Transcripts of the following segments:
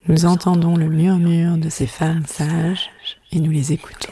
Nous entendons le murmure de ces femmes sages et nous les écoutons.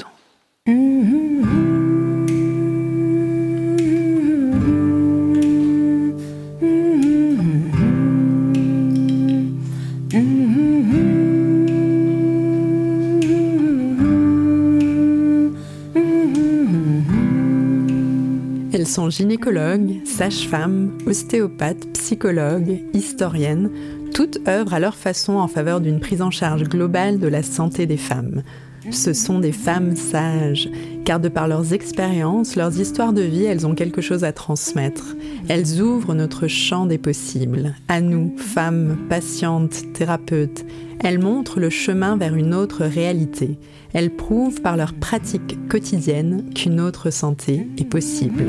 Elles sont gynécologues, sages-femmes, ostéopathes, psychologues, historiennes. Toutes œuvrent à leur façon en faveur d'une prise en charge globale de la santé des femmes. Ce sont des femmes sages, car de par leurs expériences, leurs histoires de vie, elles ont quelque chose à transmettre. Elles ouvrent notre champ des possibles. À nous, femmes, patientes, thérapeutes, elles montrent le chemin vers une autre réalité. Elles prouvent par leur pratique quotidienne qu'une autre santé est possible.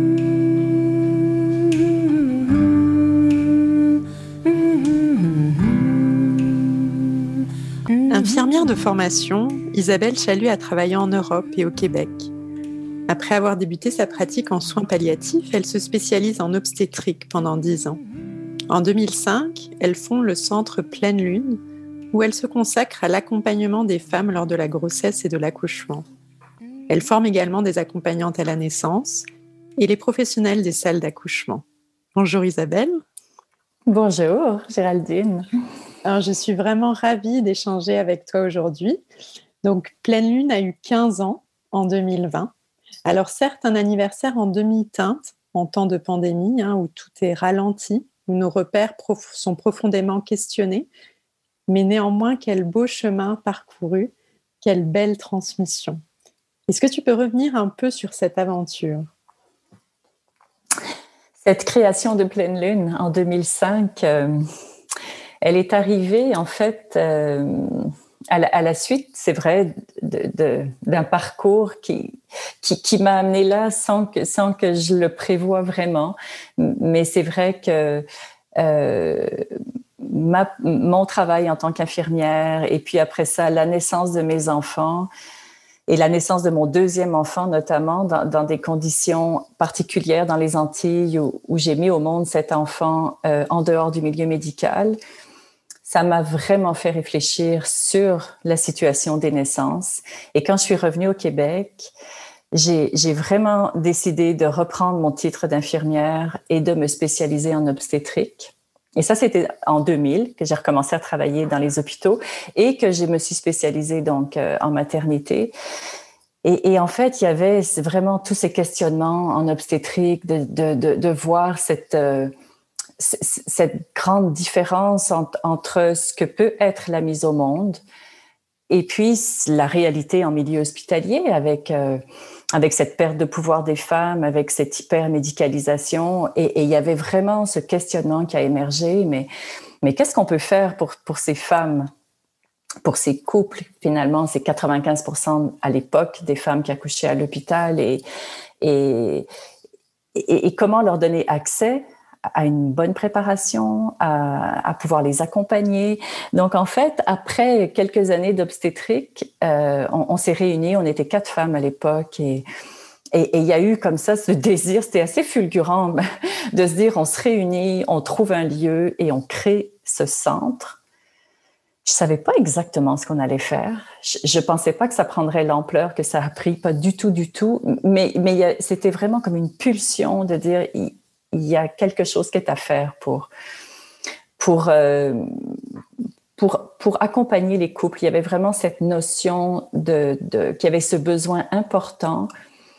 Infirmière de formation, Isabelle Chalut a travaillé en Europe et au Québec. Après avoir débuté sa pratique en soins palliatifs, elle se spécialise en obstétrique pendant 10 ans. En 2005, elle fonde le centre Pleine Lune, où elle se consacre à l'accompagnement des femmes lors de la grossesse et de l'accouchement. Elle forme également des accompagnantes à la naissance et les professionnels des salles d'accouchement. Bonjour Isabelle. Bonjour Géraldine. Alors, je suis vraiment ravie d'échanger avec toi aujourd'hui. Donc, Pleine Lune a eu 15 ans en 2020. Alors certes, un anniversaire en demi-teinte, en temps de pandémie, où tout est ralenti, où nos repères sont profondément questionnés, mais néanmoins, quel beau chemin parcouru, quelle belle transmission. Est-ce que tu peux revenir un peu sur cette aventure ? Cette création de Pleine Lune en 2005, elle est arrivée en fait à la suite, c'est vrai, d'un parcours qui m'a amenée là sans que je le prévoie vraiment. Mais c'est vrai que mon travail en tant qu'infirmière et puis après ça, la naissance de mes enfants et la naissance de mon deuxième enfant notamment dans des conditions particulières dans les Antilles où j'ai mis au monde cet enfant en dehors du milieu médical, ça m'a vraiment fait réfléchir sur la situation des naissances. Et quand je suis revenue au Québec, j'ai vraiment décidé de reprendre mon titre d'infirmière et de me spécialiser en obstétrique. Et ça, c'était en 2000 que j'ai recommencé à travailler dans les hôpitaux et que je me suis spécialisée donc en maternité. Et en fait, il y avait vraiment tous ces questionnements en obstétrique de voir cette grande différence entre ce que peut être la mise au monde et puis la réalité en milieu hospitalier avec cette perte de pouvoir des femmes, avec cette hypermédicalisation. Et il y avait vraiment ce questionnement qui a émergé. Mais qu'est-ce qu'on peut faire pour ces femmes, pour ces couples? Finalement, c'est 95% à l'époque des femmes qui accouchaient à l'hôpital. Et comment leur donner accès à une bonne préparation, à pouvoir les accompagner. Donc, en fait, après quelques années d'obstétrique, on s'est réunis, on était 4 femmes à l'époque et il y a eu comme ça ce désir, c'était assez fulgurant de se dire, on se réunit, on trouve un lieu et on crée ce centre. Je savais pas exactement ce qu'on allait faire. Je pensais pas que ça prendrait l'ampleur que ça a pris, pas du tout, mais c'était vraiment comme une pulsion de dire, il y a quelque chose qui est à faire pour accompagner les couples. Il y avait vraiment cette notion qu'il y avait ce besoin important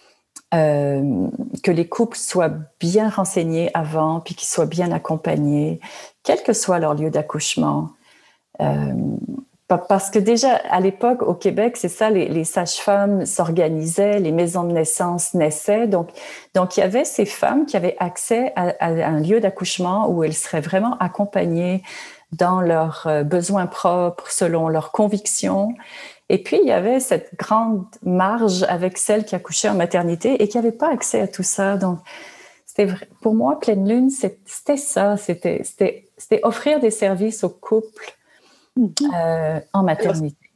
que les couples soient bien renseignés avant, puis qu'ils soient bien accompagnés, quel que soit leur lieu d'accouchement. Parce que déjà, à l'époque, au Québec, c'est ça, les sages-femmes s'organisaient, les maisons de naissance naissaient. Donc, il y avait ces femmes qui avaient accès à un lieu d'accouchement où elles seraient vraiment accompagnées dans leurs besoins propres, selon leurs convictions. Et puis, il y avait cette grande marge avec celles qui accouchaient en maternité et qui n'avaient pas accès à tout ça. Donc, pour moi, Pleine Lune, c'était ça. C'était offrir des services aux couples en maternité.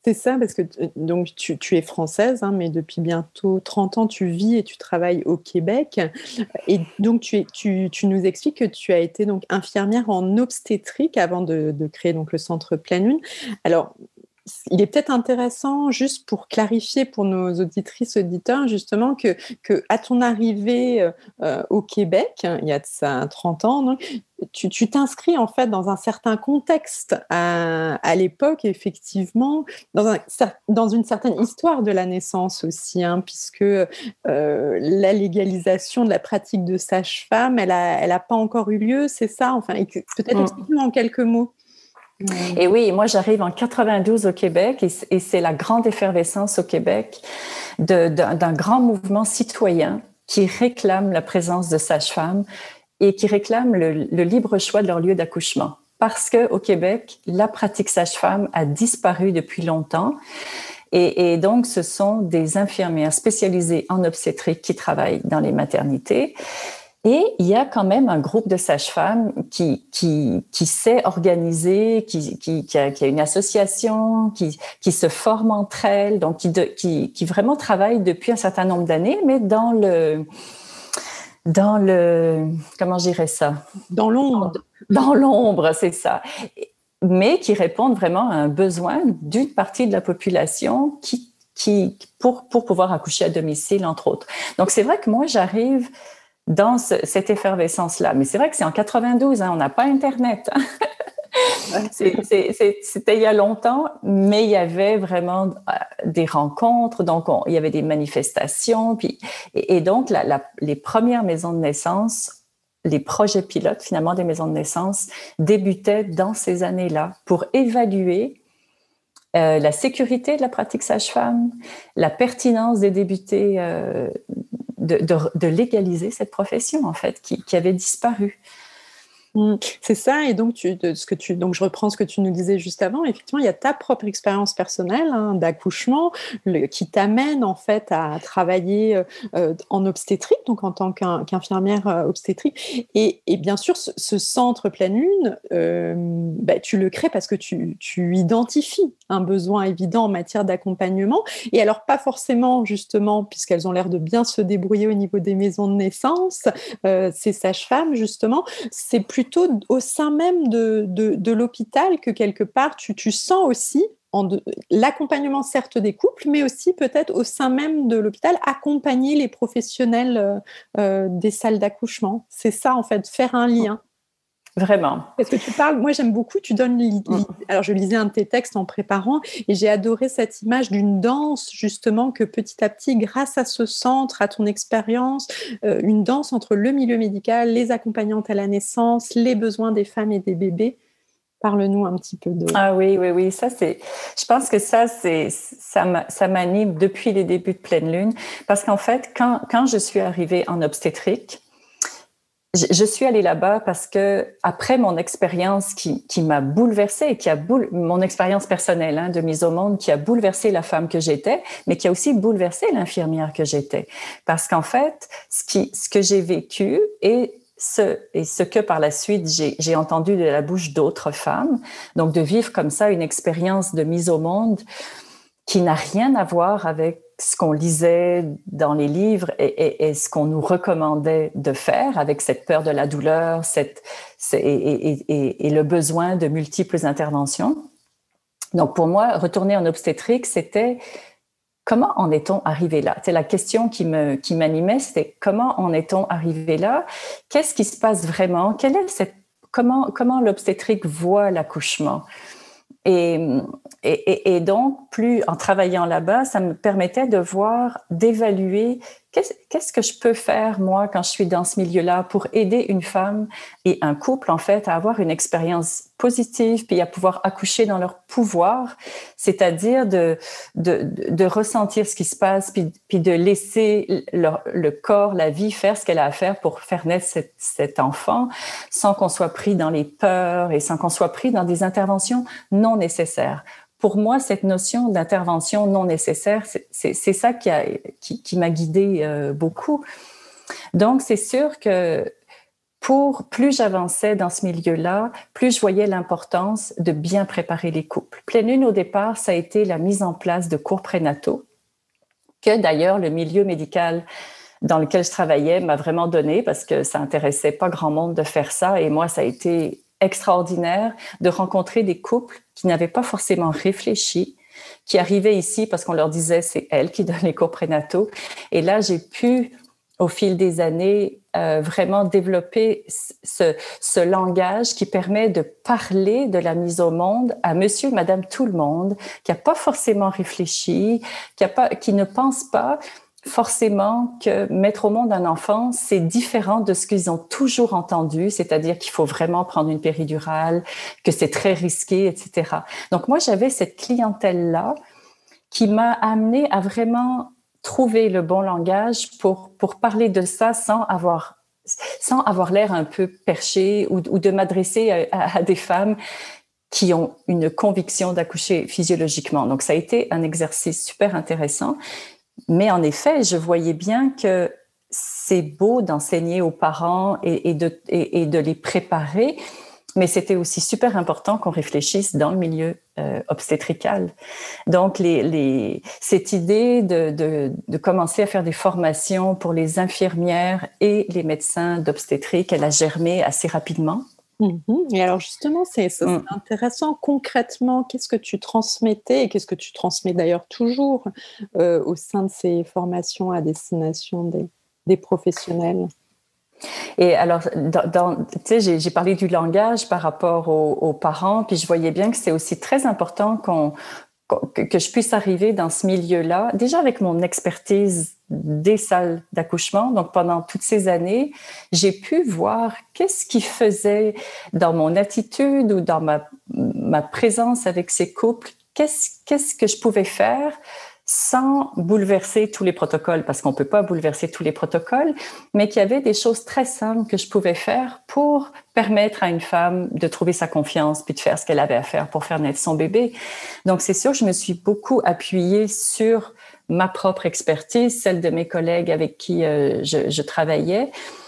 C'est ça, parce que donc tu es française, hein, mais depuis bientôt 30 ans, tu vis et tu travailles au Québec. Et donc, tu nous expliques que tu as été donc infirmière en obstétrique avant de créer donc le centre Pleine Lune. Alors, il est peut-être intéressant, juste pour clarifier pour nos auditrices, auditeurs, justement, que à ton arrivée au Québec, il y a de ça 30 ans, donc, tu t'inscris en fait dans un certain contexte à l'époque, effectivement, dans une certaine histoire de la naissance aussi, hein, puisque la légalisation de la pratique de sage-femme, elle a pas encore eu lieu, c'est ça, enfin, et peut-être explique-nous en quelques mots. Et oui, moi j'arrive en 92 au Québec et c'est la grande effervescence au Québec d'un grand mouvement citoyen qui réclame la présence de sages-femmes et qui réclame le libre choix de leur lieu d'accouchement. Parce qu'au Québec, la pratique sage-femme a disparu depuis longtemps et donc ce sont des infirmières spécialisées en obstétrique qui travaillent dans les maternités. Et il y a quand même un groupe de sages-femmes qui s'est organisé, qui a une association, qui se forme entre elles, donc qui vraiment travaille depuis un certain nombre d'années, mais dans le comment je dirais ça? Dans l'ombre. Dans l'ombre, c'est ça. Mais qui répondent vraiment à un besoin d'une partie de la population pour pouvoir accoucher à domicile, entre autres. Donc, c'est vrai que moi, j'arrive dans cette effervescence-là. Mais c'est vrai que c'est en 92, hein, on n'a pas Internet. C'était il y a longtemps, mais il y avait vraiment des rencontres, donc il y avait des manifestations. Et donc, les premières maisons de naissance, les projets pilotes, finalement, des maisons de naissance, débutaient dans ces années-là pour évaluer la sécurité de la pratique sage-femme, la pertinence des débutés de légaliser cette profession, en fait, qui avait disparu. C'est ça, et donc donc je reprends ce que tu nous disais juste avant. Effectivement, il y a ta propre expérience personnelle, hein, d'accouchement qui t'amène en fait à travailler en obstétrique, donc en tant qu'infirmière obstétrique. Et bien sûr, ce centre Pleine Lune, tu le crées parce que tu identifies un besoin évident en matière d'accompagnement. Et alors pas forcément justement, puisqu'elles ont l'air de bien se débrouiller au niveau des maisons de naissance, ces sages-femmes justement, c'est plutôt au sein même de l'hôpital que quelque part tu sens aussi l'accompagnement certes des couples, mais aussi peut-être au sein même de l'hôpital, accompagner les professionnels des salles d'accouchement. C'est ça en fait, faire un lien. Vraiment. Parce que tu parles, moi j'aime beaucoup, tu donnes alors je lisais un de tes textes en préparant et j'ai adoré cette image d'une danse justement que petit à petit, grâce à ce centre, à ton expérience, une danse entre le milieu médical, les accompagnantes à la naissance, les besoins des femmes et des bébés. Parle-nous un petit peu de... Ah oui, ça c'est... Je pense que ça m'anime depuis les débuts de Pleine Lune parce qu'en fait, quand je suis arrivée en obstétrique, je suis allée là-bas parce que après mon expérience qui m'a bouleversée, mon expérience personnelle, hein, de mise au monde, qui a bouleversé la femme que j'étais, mais qui a aussi bouleversé l'infirmière que j'étais. Parce qu'en fait, ce que j'ai vécu et ce que par la suite j'ai entendu de la bouche d'autres femmes, donc de vivre comme ça une expérience de mise au monde qui n'a rien à voir avec ce qu'on lisait dans les livres et ce qu'on nous recommandait de faire avec cette peur de la douleur et le besoin de multiples interventions. Donc, pour moi, retourner en obstétrique, c'était comment en est-on arrivé là? C'est la question qui m'animait, c'était comment en est-on arrivé là? Qu'est-ce qui se passe vraiment? Comment l'obstétrique voit l'accouchement? Et donc, plus en travaillant là-bas, ça me permettait d'évaluer qu'est-ce que je peux faire, moi, quand je suis dans ce milieu-là, pour aider une femme et un couple, en fait, à avoir une expérience positive, puis à pouvoir accoucher dans leur pouvoir, c'est-à-dire de ressentir ce qui se passe, puis de laisser le corps, la vie, faire ce qu'elle a à faire pour faire naître cet enfant, sans qu'on soit pris dans les peurs et sans qu'on soit pris dans des interventions non nécessaires. Pour moi, cette notion d'intervention non nécessaire, c'est ça qui m'a guidée beaucoup. Donc, c'est sûr que plus j'avançais dans ce milieu-là, plus je voyais l'importance de bien préparer les couples. Pleine Lune, au départ, ça a été la mise en place de cours prénataux, que d'ailleurs le milieu médical dans lequel je travaillais m'a vraiment donné, parce que ça intéressait pas grand monde de faire ça. Et moi, ça a été extraordinaire de rencontrer des couples qui n'avaient pas forcément réfléchi, qui arrivaient ici parce qu'on leur disait c'est elle qui donne les cours prénataux. Et là, j'ai pu, au fil des années, vraiment développer ce langage qui permet de parler de la mise au monde à monsieur, madame, tout le monde, qui n'a pas forcément réfléchi, qui ne pense pas forcément que mettre au monde un enfant, c'est différent de ce qu'ils ont toujours entendu, c'est-à-dire qu'il faut vraiment prendre une péridurale, que c'est très risqué, etc. Donc moi, j'avais cette clientèle-là qui m'a amenée à vraiment trouver le bon langage pour parler de ça sans avoir l'air un peu perché ou de m'adresser à des femmes qui ont une conviction d'accoucher physiologiquement. Donc ça a été un exercice super intéressant. Mais en effet, je voyais bien que c'est beau d'enseigner aux parents et de les préparer, mais c'était aussi super important qu'on réfléchisse dans le milieu obstétrical. Donc, cette idée de commencer à faire des formations pour les infirmières et les médecins d'obstétrique, elle a germé assez rapidement. Et alors justement, c'est intéressant. Concrètement, qu'est-ce que tu transmettais et qu'est-ce que tu transmets d'ailleurs toujours au sein de ces formations à destination des professionnels? Et alors, tu sais, j'ai parlé du langage par rapport aux parents, puis je voyais bien que c'est aussi très important que je puisse arriver dans ce milieu-là, déjà avec mon expertise des salles d'accouchement. Donc, pendant toutes ces années, j'ai pu voir qu'est-ce qui faisait dans mon attitude ou dans ma présence avec ces couples, qu'est-ce que je pouvais faire sans bouleverser tous les protocoles, parce qu'on peut pas bouleverser tous les protocoles, mais qu'il y avait des choses très simples que je pouvais faire pour permettre à une femme de trouver sa confiance puis de faire ce qu'elle avait à faire pour faire naître son bébé. Donc, c'est sûr, je me suis beaucoup appuyée sur ma propre expertise, celle de mes collègues avec qui je travaillais.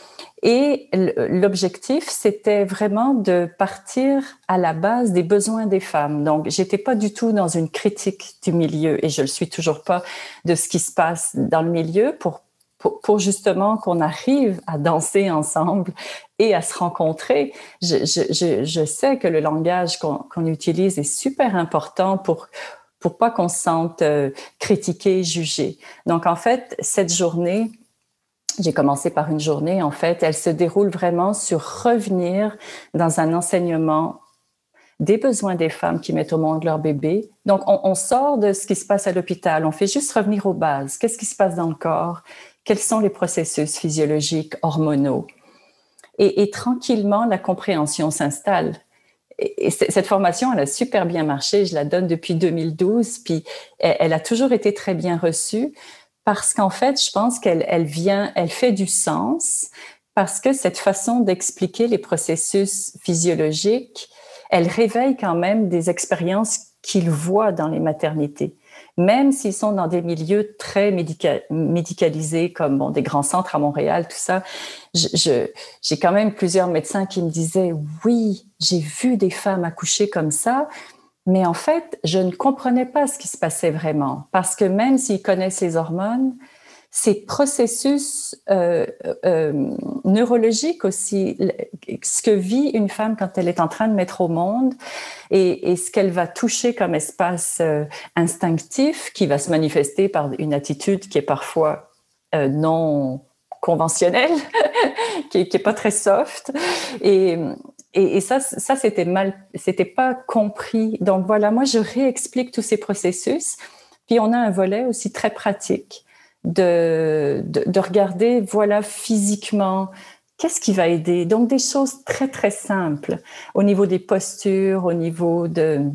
Et l'objectif, c'était vraiment de partir à la base des besoins des femmes. Donc, j'étais pas du tout dans une critique du milieu, et je le suis toujours pas, de ce qui se passe dans le milieu, pour justement qu'on arrive à danser ensemble et à se rencontrer. Je sais que le langage qu'on utilise est super important pour pas qu'on se sente critiqué, jugé. Donc, en fait, cette journée, j'ai commencé par une journée, en fait, elle se déroule vraiment sur revenir dans un enseignement des besoins des femmes qui mettent au monde leur bébé. Donc, on sort de ce qui se passe à l'hôpital, on fait juste revenir aux bases. Qu'est-ce qui se passe dans le corps? Quels sont les processus physiologiques, hormonaux? Et tranquillement, la compréhension s'installe. Et cette formation, elle a super bien marché. Je la donne depuis 2012, puis elle a toujours été très bien reçue. Parce qu'en fait, je pense qu'elle fait du sens, parce que cette façon d'expliquer les processus physiologiques, elle réveille quand même des expériences qu'ils voient dans les maternités. Même s'ils sont dans des milieux très médicalisés, comme des grands centres à Montréal, tout ça, j'ai quand même plusieurs médecins qui me disaient « Oui, j'ai vu des femmes accoucher comme ça », mais en fait, je ne comprenais pas ce qui se passait vraiment, parce que même s'ils connaissent les hormones, ces processus neurologiques aussi, ce que vit une femme quand elle est en train de mettre au monde et ce qu'elle va toucher comme espace instinctif, qui va se manifester par une attitude qui est parfois non conventionnelle, qui est pas très soft, et ça c'était pas compris. Donc voilà, moi je réexplique tous ces processus. Puis on a un volet aussi très pratique de regarder, voilà, physiquement, qu'est-ce qui va aider. Donc des choses très très simples au niveau des postures, au niveau de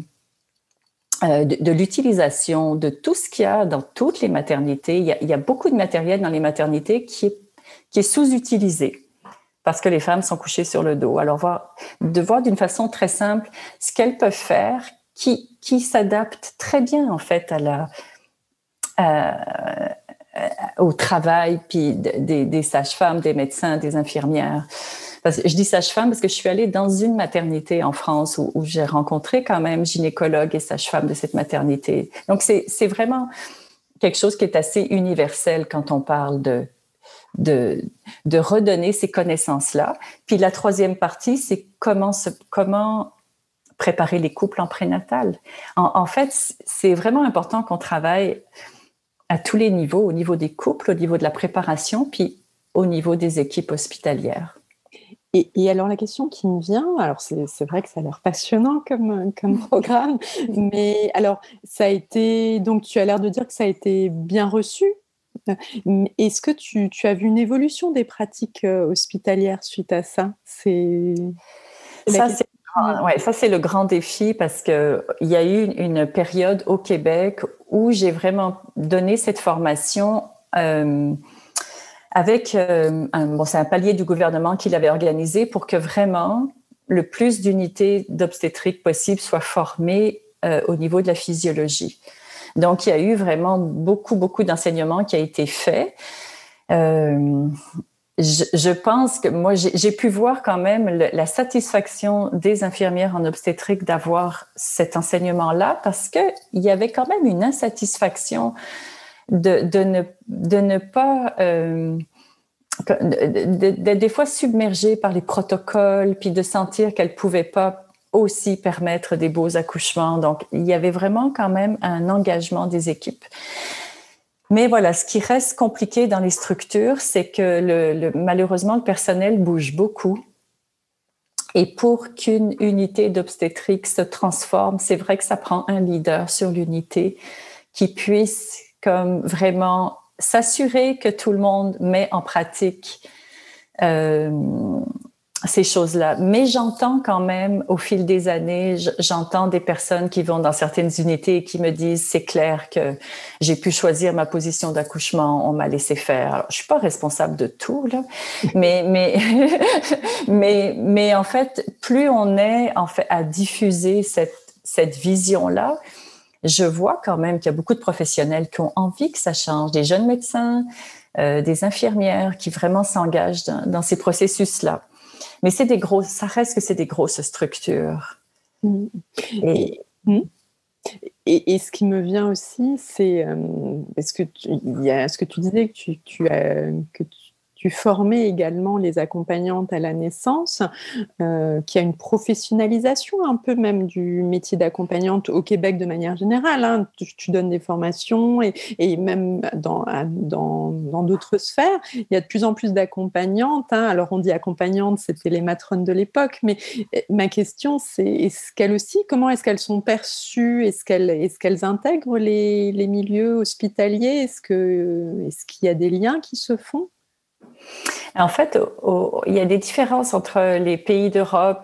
l'utilisation de tout ce qu'il y a dans toutes les maternités. Il y a beaucoup de matériel dans les maternités qui est sous-utilisé, parce que les femmes sont couchées sur le dos. Alors, de voir d'une façon très simple ce qu'elles peuvent faire, qui s'adapte très bien, en fait, au travail, puis des sages-femmes, des médecins, des infirmières. Je dis sage-femme parce que je suis allée dans une maternité en France où j'ai rencontré quand même gynécologues et sages-femmes de cette maternité. Donc, c'est vraiment quelque chose qui est assez universel quand on parle de redonner ces connaissances-là. Puis la troisième partie, c'est comment préparer les couples en prénatal. En fait, c'est vraiment important qu'on travaille à tous les niveaux, au niveau des couples, au niveau de la préparation, puis au niveau des équipes hospitalières. Et alors la question qui me vient, alors c'est vrai que ça a l'air passionnant comme programme, mais alors ça a été, donc tu as l'air de dire que ça a été bien reçu. Est-ce que tu as vu une évolution des pratiques hospitalières suite à ça? Ça, c'est le grand défi parce qu'il y a eu une période au Québec où j'ai vraiment donné cette formation avec c'est un palier du gouvernement qui l'avait organisé pour que vraiment le plus d'unités d'obstétrique possible soient formées au niveau de la physiologie. Donc, il y a eu vraiment beaucoup d'enseignements qui a été fait. Je pense que moi, j'ai pu voir quand même la satisfaction des infirmières en obstétrique d'avoir cet enseignement-là parce qu'il y avait quand même une insatisfaction de ne pas... d'être des fois submergée par les protocoles, puis de sentir qu'elle ne pouvait pas aussi permettre des beaux accouchements. Donc, il y avait vraiment quand même un engagement des équipes. Mais voilà, ce qui reste compliqué dans les structures, c'est que malheureusement, le personnel bouge beaucoup. Et pour qu'une unité d'obstétrique se transforme, c'est vrai que ça prend un leader sur l'unité qui puisse comme vraiment s'assurer que tout le monde met en pratique ces choses-là. Mais j'entends quand même, au fil des années, j'entends des personnes qui vont dans certaines unités et qui me disent, c'est clair que j'ai pu choisir ma position d'accouchement, on m'a laissé faire. Alors, je suis pas responsable de tout, là, mais en fait, plus on est en fait à diffuser cette vision-là, je vois quand même qu'il y a beaucoup de professionnels qui ont envie que ça change, des jeunes médecins, des infirmières qui vraiment s'engagent dans ces processus-là. Mais ça reste que c'est des grosses structures. Et ce qui me vient aussi, c'est parce que il y a ce que tu disais que tu formais également les accompagnantes à la naissance, qu'il y a une professionnalisation un peu même du métier d'accompagnante au Québec de manière générale. Hein. Tu donnes des formations et même dans d'autres sphères, il y a de plus en plus d'accompagnantes. Hein. Alors on dit accompagnantes, c'était les matrones de l'époque, mais ma question c'est comment est-ce qu'elles sont perçues? Est-ce qu'elles intègrent les milieux hospitaliers? Est-ce qu'il y a des liens qui se font? En fait, il y a des différences entre les pays d'Europe,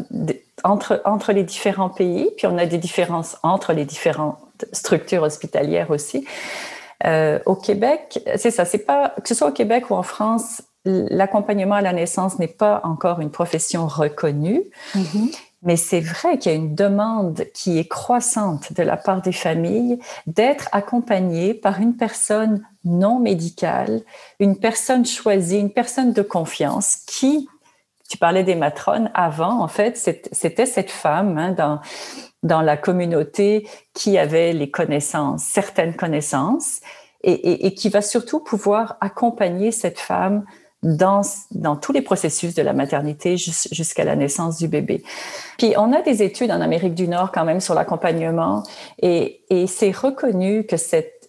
entre les différents pays, puis on a des différences entre les différentes structures hospitalières aussi. Au Québec, c'est ça, c'est pas, que ce soit au Québec ou en France, l'accompagnement à la naissance n'est pas encore une profession reconnue. Mm-hmm. Mais c'est vrai qu'il y a une demande qui est croissante de la part des familles d'être accompagnée par une personne non médicale, une personne choisie, une personne de confiance qui, tu parlais des matrones avant, en fait, c'était cette femme dans la communauté qui avait les connaissances, certaines connaissances, et qui va surtout pouvoir accompagner cette femme dans tous les processus de la maternité jusqu'à la naissance du bébé. Puis on a des études en Amérique du Nord quand même sur l'accompagnement et c'est reconnu que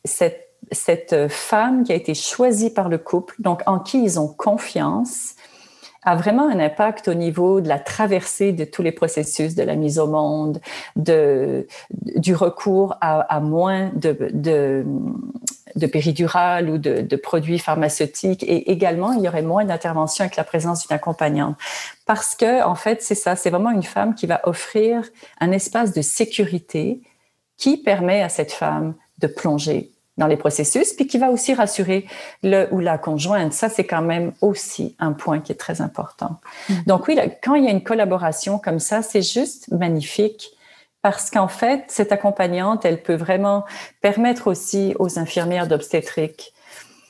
cette femme qui a été choisie par le couple, donc en qui ils ont confiance, a vraiment un impact au niveau de la traversée de tous les processus, de la mise au monde, du recours à moins de péridurale ou de produits pharmaceutiques, et également il y aurait moins d'intervention avec la présence d'une accompagnante. Parce que, en fait, c'est ça, c'est vraiment une femme qui va offrir un espace de sécurité qui permet à cette femme de plonger dans les processus, puis qui va aussi rassurer le ou la conjointe. Ça, c'est quand même aussi un point qui est très important. Donc oui, quand il y a une collaboration comme ça, c'est juste magnifique parce qu'en fait, cette accompagnante, elle peut vraiment permettre aussi aux infirmières d'obstétrique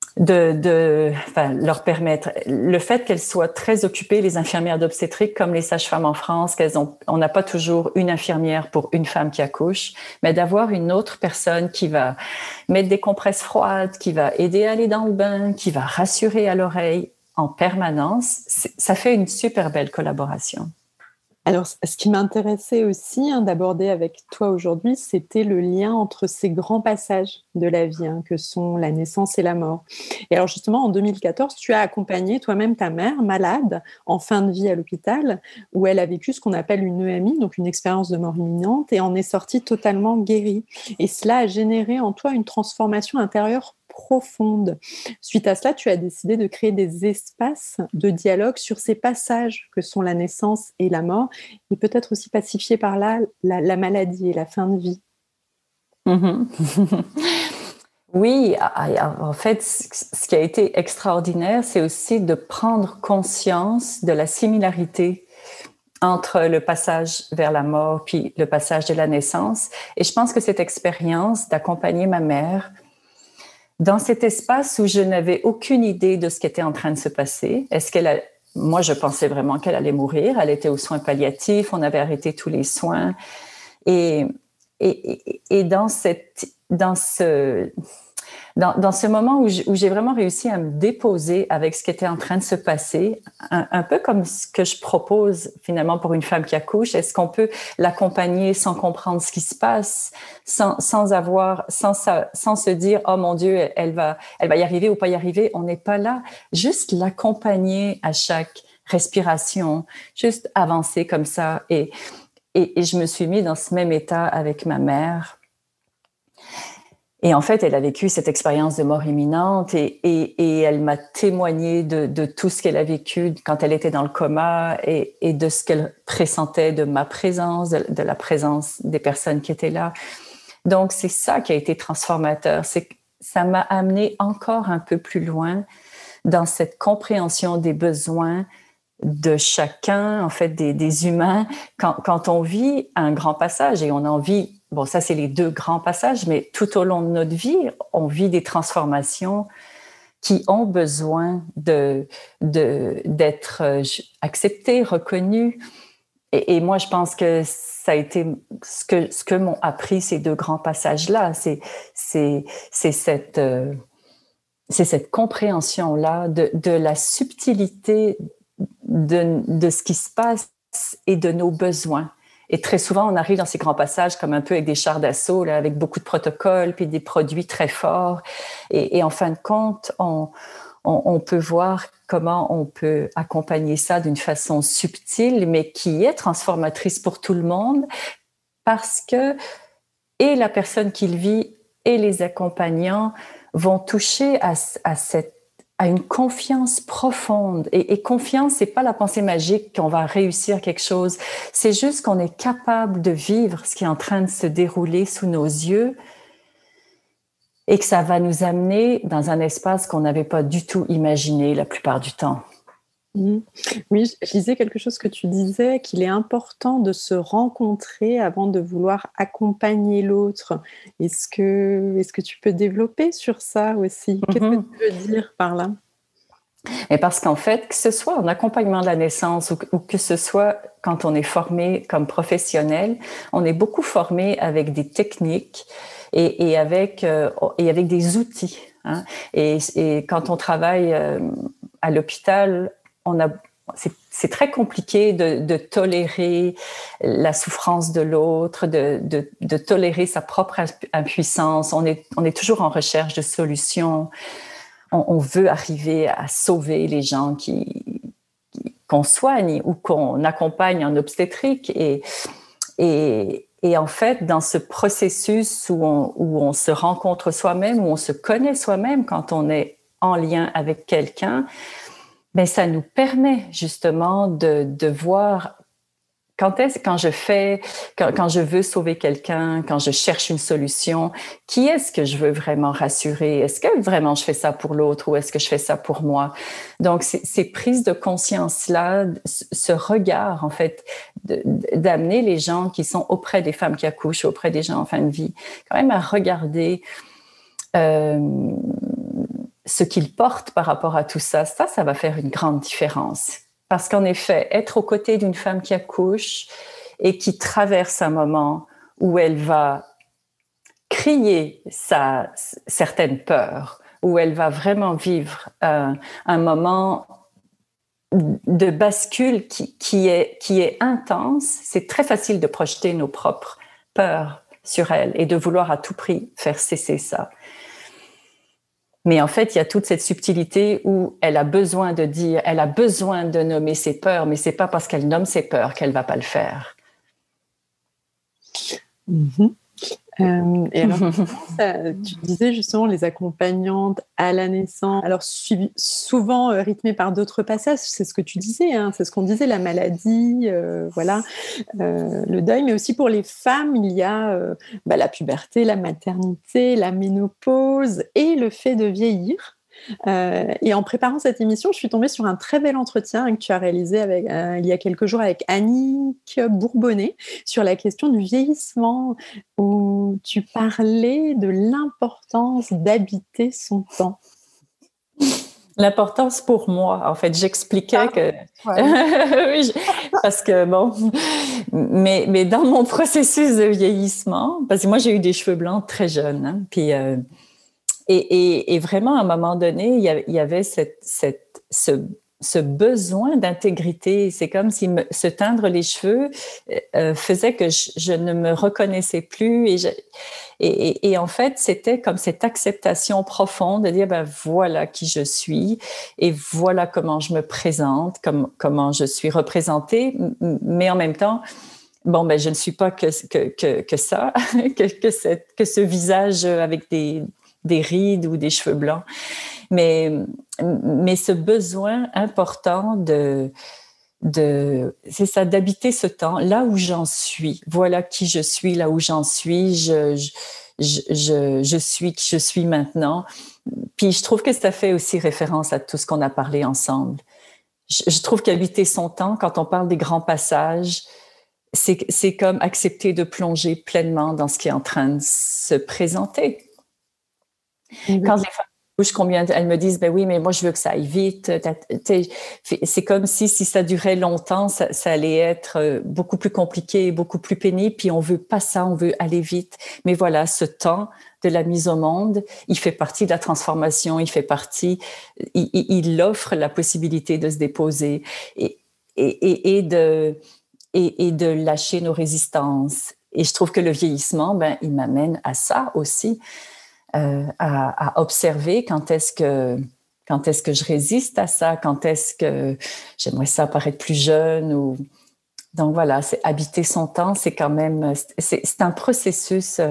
enfin, leur permettre. Le fait qu'elles soient très occupées, les infirmières d'obstétrique, comme les sages-femmes en France, on n'a pas toujours une infirmière pour une femme qui accouche, mais d'avoir une autre personne qui va mettre des compresses froides, qui va aider à aller dans le bain, qui va rassurer à l'oreille en permanence, ça fait une super belle collaboration. Alors, ce qui m'intéressait aussi d'aborder avec toi aujourd'hui, c'était le lien entre ces grands passages de la vie, que sont la naissance et la mort. Et alors justement, en 2014, tu as accompagné toi-même ta mère, malade, en fin de vie à l'hôpital, où elle a vécu ce qu'on appelle une EMI, donc une expérience de mort imminente, et en est sortie totalement guérie. Et cela a généré en toi une transformation intérieure profonde. Suite à cela, tu as décidé de créer des espaces de dialogue sur ces passages que sont la naissance et la mort, et peut-être aussi pacifier par là la maladie et la fin de vie. Mm-hmm. Oui, en fait, ce qui a été extraordinaire, c'est aussi de prendre conscience de la similarité entre le passage vers la mort puis le passage de la naissance. Et je pense que cette expérience d'accompagner ma mère dans cet espace où je n'avais aucune idée de ce qui était en train de se passer. Moi, je pensais vraiment qu'elle allait mourir. Elle était aux soins palliatifs. On avait arrêté tous les soins. Et dans ce moment où j'ai vraiment réussi à me déposer avec ce qui était en train de se passer, un peu comme ce que je propose finalement pour une femme qui accouche, est-ce qu'on peut l'accompagner sans comprendre ce qui se passe, sans se dire oh mon Dieu, elle va y arriver ou pas y arriver. On n'est pas là, juste l'accompagner à chaque respiration, juste avancer comme ça. Et je me suis mis dans ce même état avec ma mère. Et en fait, elle a vécu cette expérience de mort imminente et elle m'a témoigné de tout ce qu'elle a vécu quand elle était dans le coma et de ce qu'elle pressentait de ma présence, de la présence des personnes qui étaient là. Donc, c'est ça qui a été transformateur. Ça m'a amené encore un peu plus loin dans cette compréhension des besoins de chacun, en fait, des humains. Quand on vit un grand passage et on en vit. Bon, ça, c'est les 2 grands passages, mais tout au long de notre vie, on vit des transformations qui ont besoin d'être acceptées, reconnues. Et moi, je pense que ça a été ce que m'ont appris ces 2 grands passages-là. C'est cette compréhension-là de la subtilité de ce qui se passe et de nos besoins. Et très souvent, on arrive dans ces grands passages comme un peu avec des chars d'assaut, là, avec beaucoup de protocoles, puis des produits très forts. Et en fin de compte, on peut voir comment on peut accompagner ça d'une façon subtile, mais qui est transformatrice pour tout le monde, parce que et la personne qui le vit et les accompagnants vont toucher à une confiance profonde. Et confiance, c'est pas la pensée magique qu'on va réussir quelque chose. C'est juste qu'on est capable de vivre ce qui est en train de se dérouler sous nos yeux et que ça va nous amener dans un espace qu'on n'avait pas du tout imaginé la plupart du temps. Oui, je lisais quelque chose que tu disais, qu'il est important de se rencontrer avant de vouloir accompagner l'autre. Est-ce que tu peux développer sur ça aussi? Qu'est-ce que tu veux dire par là? Et parce qu'en fait, que ce soit en accompagnement de la naissance ou que ce soit quand on est formé comme professionnel, on est beaucoup formé avec des techniques et avec des outils. Et quand on travaille à l'hôpital, c'est très compliqué de tolérer la souffrance de l'autre, de tolérer sa propre impuissance. On est toujours en recherche de solutions. On veut arriver à sauver les gens qu'on soigne ou qu'on accompagne en obstétrique. Et en fait, dans ce processus où on se rencontre soi-même, où on se connaît soi-même quand on est en lien avec quelqu'un, ben ça nous permet justement de voir quand je veux sauver quelqu'un, quand je cherche une solution, qui est-ce que je veux vraiment rassurer? Est-ce que vraiment je fais ça pour l'autre ou est-ce que je fais ça pour moi? Donc, ces prises de conscience-là, ce regard, en fait, d'amener les gens qui sont auprès des femmes qui accouchent, auprès des gens en fin de vie, quand même à regarder ce qu'il porte par rapport à tout ça, ça va faire une grande différence. Parce qu'en effet, être aux côtés d'une femme qui accouche et qui traverse un moment où elle va crier certaines peurs, où elle va vraiment vivre un moment de bascule qui est intense, c'est très facile de projeter nos propres peurs sur elle et de vouloir à tout prix faire cesser ça. Mais en fait, il y a toute cette subtilité où elle a besoin de dire, elle a besoin de nommer ses peurs, mais c'est pas parce qu'elle nomme ses peurs qu'elle va pas le faire. Mm-hmm. Et alors, tu disais justement les accompagnantes à la naissance, alors souvent rythmées par d'autres passages, c'est ce que tu disais, hein, c'est ce qu'on disait, la maladie, voilà, le deuil, mais aussi pour les femmes, il y a la puberté, la maternité, la ménopause et le fait de vieillir. Et en préparant cette émission, je suis tombée sur un très bel entretien que tu as réalisé il y a quelques jours avec Annick Bourbonnet sur la question du vieillissement, où tu parlais de l'importance d'habiter son temps. L'importance pour moi, en fait, j'expliquais que... oui, parce que bon... Mais dans mon processus de vieillissement, parce que moi, j'ai eu des cheveux blancs très jeunes, hein, puis... Et vraiment, à un moment donné, il y avait ce besoin d'intégrité. C'est comme si se teindre les cheveux faisait que je ne me reconnaissais plus. Et en fait, c'était comme cette acceptation profonde de dire, ben voilà qui je suis et voilà comment je me présente, comment je suis représentée, mais en même temps, bon, ben je ne suis pas que ça, que ce visage avec des rides ou des cheveux blancs. Mais ce besoin important c'est ça, d'habiter ce temps, là où j'en suis. Voilà qui je suis, là où j'en suis. Je suis qui je suis maintenant. Puis je trouve que ça fait aussi référence à tout ce qu'on a parlé ensemble. Je trouve qu'habiter son temps, quand on parle des grands passages, c'est comme accepter de plonger pleinement dans ce qui est en train de se présenter. Quand les femmes couchent, combien elles me disent, ben oui, mais moi je veux que ça aille vite. C'est comme si ça durait longtemps, ça allait être beaucoup plus compliqué, beaucoup plus pénible. Puis on veut pas ça, on veut aller vite. Mais voilà, ce temps de la mise au monde, il fait partie de la transformation, il offre la possibilité de se déposer et de lâcher nos résistances. Et je trouve que le vieillissement, ben il m'amène à ça aussi. À observer quand est-ce que je résiste à ça, quand est-ce que j'aimerais ça paraître plus jeune. Donc voilà, c'est habiter son temps, c'est quand même, c'est un processus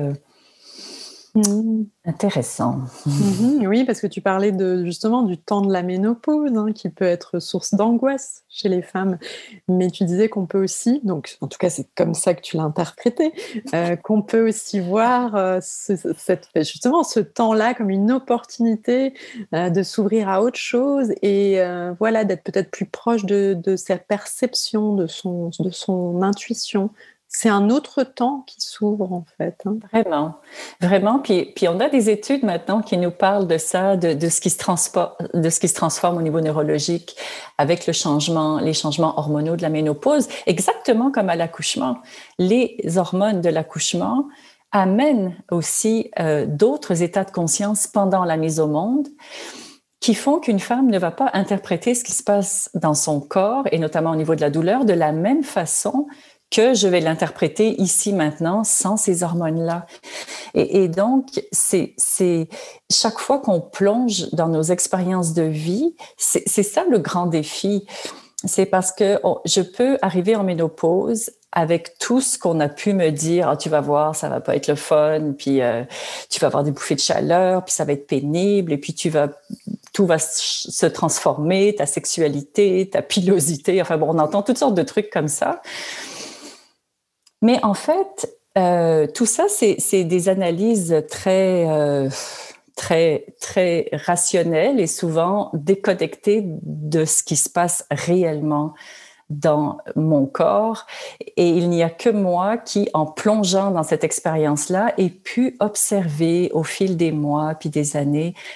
intéressant. Oui, parce que tu parlais justement du temps de la ménopause, hein, qui peut être source d'angoisse chez les femmes. Mais tu disais qu'on peut aussi, donc en tout cas c'est comme ça que tu l'as interprété, qu'on peut aussi voir justement ce temps-là comme une opportunité de s'ouvrir à autre chose et voilà, d'être peut-être plus proche de sa perception, de son intuition. C'est un autre temps qui s'ouvre, en fait. Hein. Vraiment, vraiment. Puis on a des études maintenant qui nous parlent de ça, de ce qui se transforme au niveau neurologique avec les changements hormonaux de la ménopause, exactement comme à l'accouchement. Les hormones de l'accouchement amènent aussi d'autres états de conscience pendant la mise au monde qui font qu'une femme ne va pas interpréter ce qui se passe dans son corps, et notamment au niveau de la douleur, de la même façon que je vais l'interpréter ici maintenant sans ces hormones-là. Et donc, c'est chaque fois qu'on plonge dans nos expériences de vie, c'est ça le grand défi. C'est parce que je peux arriver en ménopause avec tout ce qu'on a pu me dire, tu vas voir, ça va pas être le fun, puis tu vas avoir des bouffées de chaleur, puis ça va être pénible, et puis tout va se transformer, ta sexualité, ta pilosité, enfin bon, on entend toutes sortes de trucs comme ça. Mais en fait, tout ça, c'est des analyses très rationnelles et souvent déconnectées de ce qui se passe réellement dans mon corps. Et il n'y a que moi qui, en plongeant dans cette expérience-là, ai pu observer au fil des mois puis des années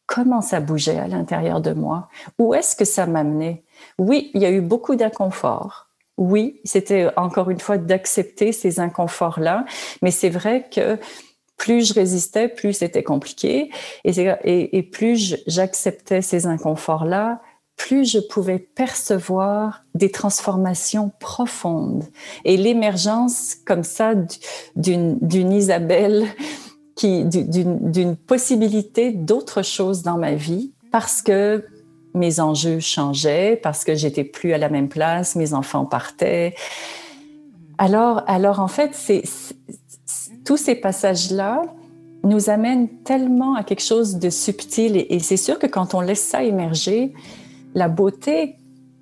comment ça bougeait à l'intérieur de moi, où est-ce que ça m'amenait. Oui, il y a eu beaucoup d'inconfort. Oui, c'était encore une fois d'accepter ces inconforts-là, mais c'est vrai que plus je résistais, plus c'était compliqué, et plus j'acceptais ces inconforts-là, plus je pouvais percevoir des transformations profondes et l'émergence comme ça d'une Isabelle, d'une possibilité d'autre chose dans ma vie, parce que mes enjeux changeaient, parce que j'étais plus à la même place, mes enfants partaient. Alors en fait, tous ces passages-là nous amènent tellement à quelque chose de subtil, et c'est sûr que quand on laisse ça émerger, la beauté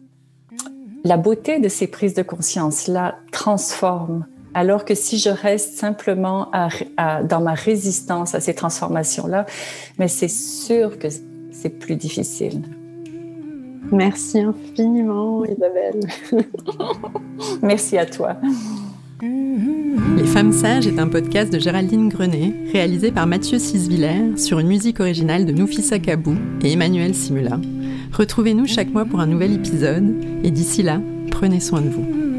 de ces prises de conscience-là transforme. Alors que si je reste simplement dans ma résistance à ces transformations-là, mais c'est sûr que c'est plus difficile. Merci infiniment, Isabelle. Merci à toi. Les Femmes Sages est un podcast de Géraldine Grenet, réalisé par Mathieu Sisviller sur une musique originale de Noufissa Kabou et Emmanuel Simula. Retrouvez-nous chaque mois pour un nouvel épisode, et d'ici là, prenez soin de vous.